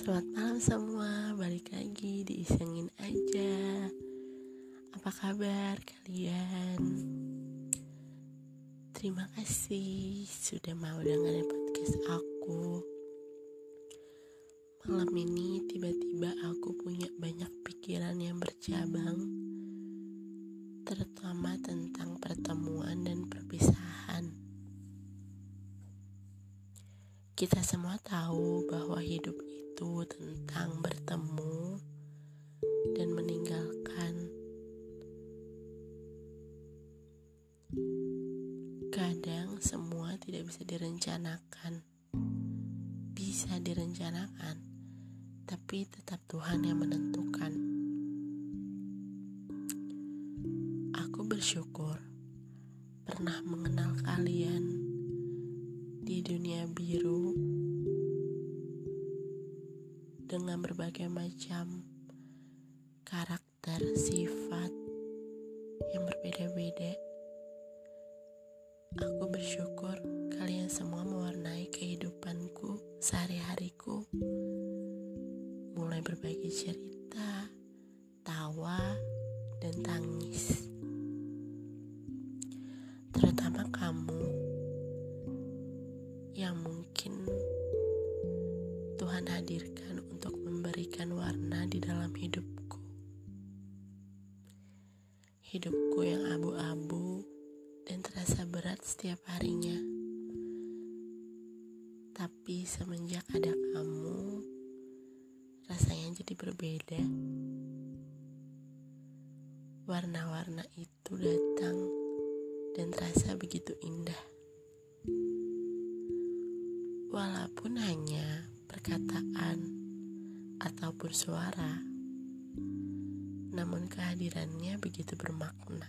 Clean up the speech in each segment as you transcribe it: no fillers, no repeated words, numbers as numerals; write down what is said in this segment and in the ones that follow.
Selamat malam semua, balik lagi di Isengin Aja. Apa kabar kalian? Terima kasih sudah mau dengerin podcast aku. Malam ini tiba-tiba aku punya banyak pikiran yang bercabang, terutama tentang pertemuan dan perpisahan. Kita semua tahu bahwa hidup itu tentang bertemu dan meninggalkan. Kadang semua tidak bisa direncanakan. Bisa direncanakan, tapi tetap Tuhan yang menentukan. Aku bersyukur pernah mengenal kalian di dunia biru dengan berbagai macam karakter, sifat yang berbeda-beda. Aku bersyukur kalian semua mewarnai kehidupanku sehari-hariku, mulai berbagi cerita, tawa, dan tangis. Terutama kamu yang mungkin Tuhan hadirkan untuk memberikan warna di dalam hidupku. Hidupku yang abu-abu dan terasa berat setiap harinya. Tapi semenjak ada kamu, rasanya jadi berbeda. Warna-warna itu datang dan terasa begitu indah. Walaupun hanya perkataan ataupun suara, namun kehadirannya begitu bermakna.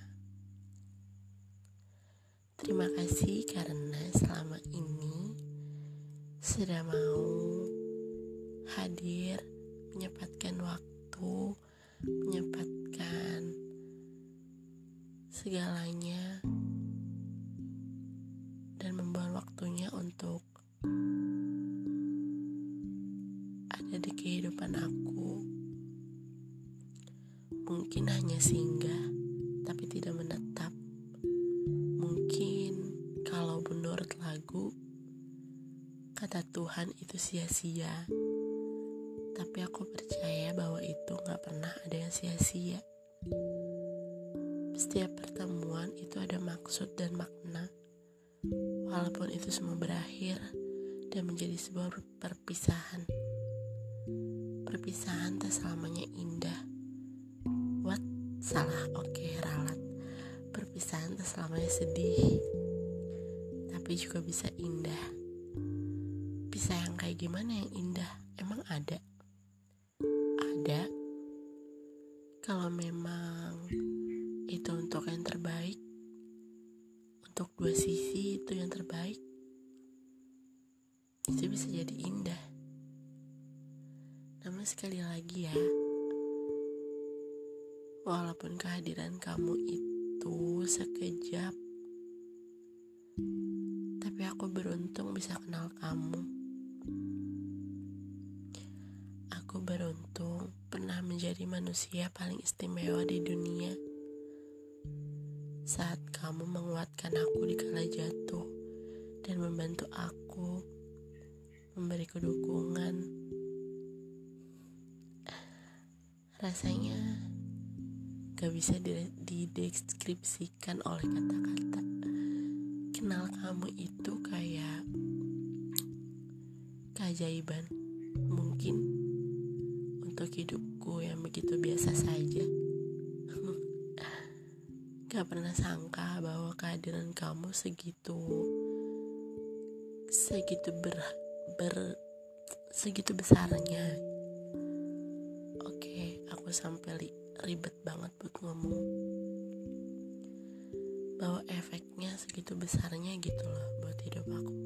Terima kasih karena selama ini sudah mau hadir, menyempatkan waktu, menyempatkan segalanya, dan membuang waktunya untuk ada di kehidupan aku. Mungkin hanya singgah, tapi tidak menetap. Mungkin kalau menurut lagu, kata Tuhan itu sia-sia. Tapi aku percaya bahwa itu gak pernah ada yang sia-sia. Setiap pertemuan itu ada maksud dan makna. Walaupun itu semua berakhir dan menjadi sebuah perpisahan. Perpisahan tak selamanya indah. Ralat. Perpisahan tak selamanya sedih, tapi juga bisa indah. Pisah yang kayak gimana yang indah? Emang ada? Ada. Kalau memang itu untuk yang terbaik, untuk dua sisi itu yang terbaik, itu bisa jadi indah. Namun sekali lagi ya, walaupun kehadiran kamu itu sekejap, tapi aku beruntung bisa kenal kamu. Aku beruntung pernah menjadi manusia paling istimewa di dunia. Saat kamu menguatkan aku di kala jatuh dan membantu aku, memberiku dukungan. Rasanya gak bisa dideskripsikan oleh kata-kata. Kenal kamu itu kayak keajaiban. Mungkin untuk hidupku yang begitu biasa saja. Gak pernah sangka bahwa kehadiran kamu segitu besarnya. Oke, aku sampai ribet banget buat ngomong bahwa efeknya segitu besarnya gitu loh buat hidup aku.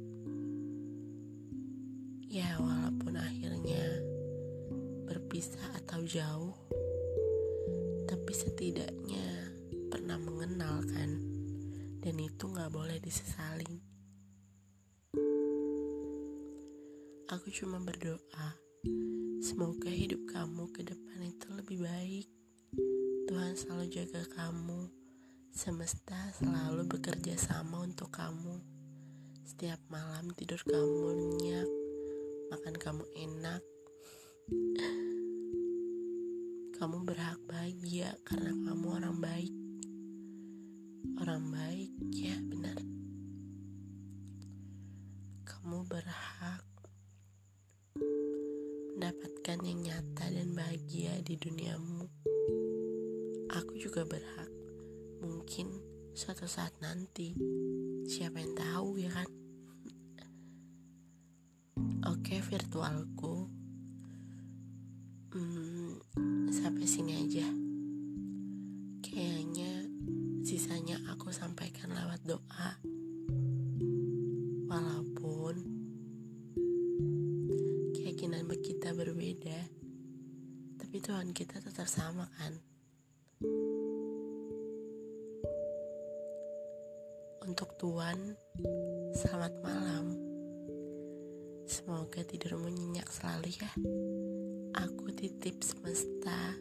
Ya walaupun akhirnya berpisah atau jauh, tapi setidaknya pernah mengenal kan, dan itu gak boleh disesali. Aku cuma berdoa Semoga hidup kamu ke depan itu lebih baik. Tuhan selalu jaga kamu. Semesta selalu bekerja sama untuk kamu. Setiap malam tidur kamu nyenyak, makan kamu enak. Kamu berhak bahagia karena kamu orang baik. Orang baik, ya benar. Kamu berhak mendapatkan yang nyata dan bahagia di duniamu. Aku juga berhak. Mungkin suatu saat nanti, siapa yang tahu, ya kan? Oke, virtualku, sampai sini aja. Kayaknya sisanya aku sampaikan lewat doa. Walaupun keyakinan kita berbeda, tapi Tuhan kita tetap sama kan? Untuk Tuhan, selamat malam. Semoga tidurmu nyenyak selalu ya. Aku titip semesta.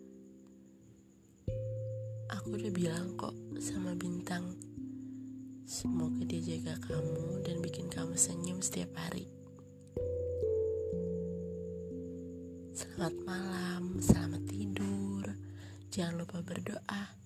Aku udah bilang kok sama bintang, semoga dia jaga kamu dan bikin kamu senyum setiap hari. Selamat malam, selamat tidur. Jangan lupa berdoa.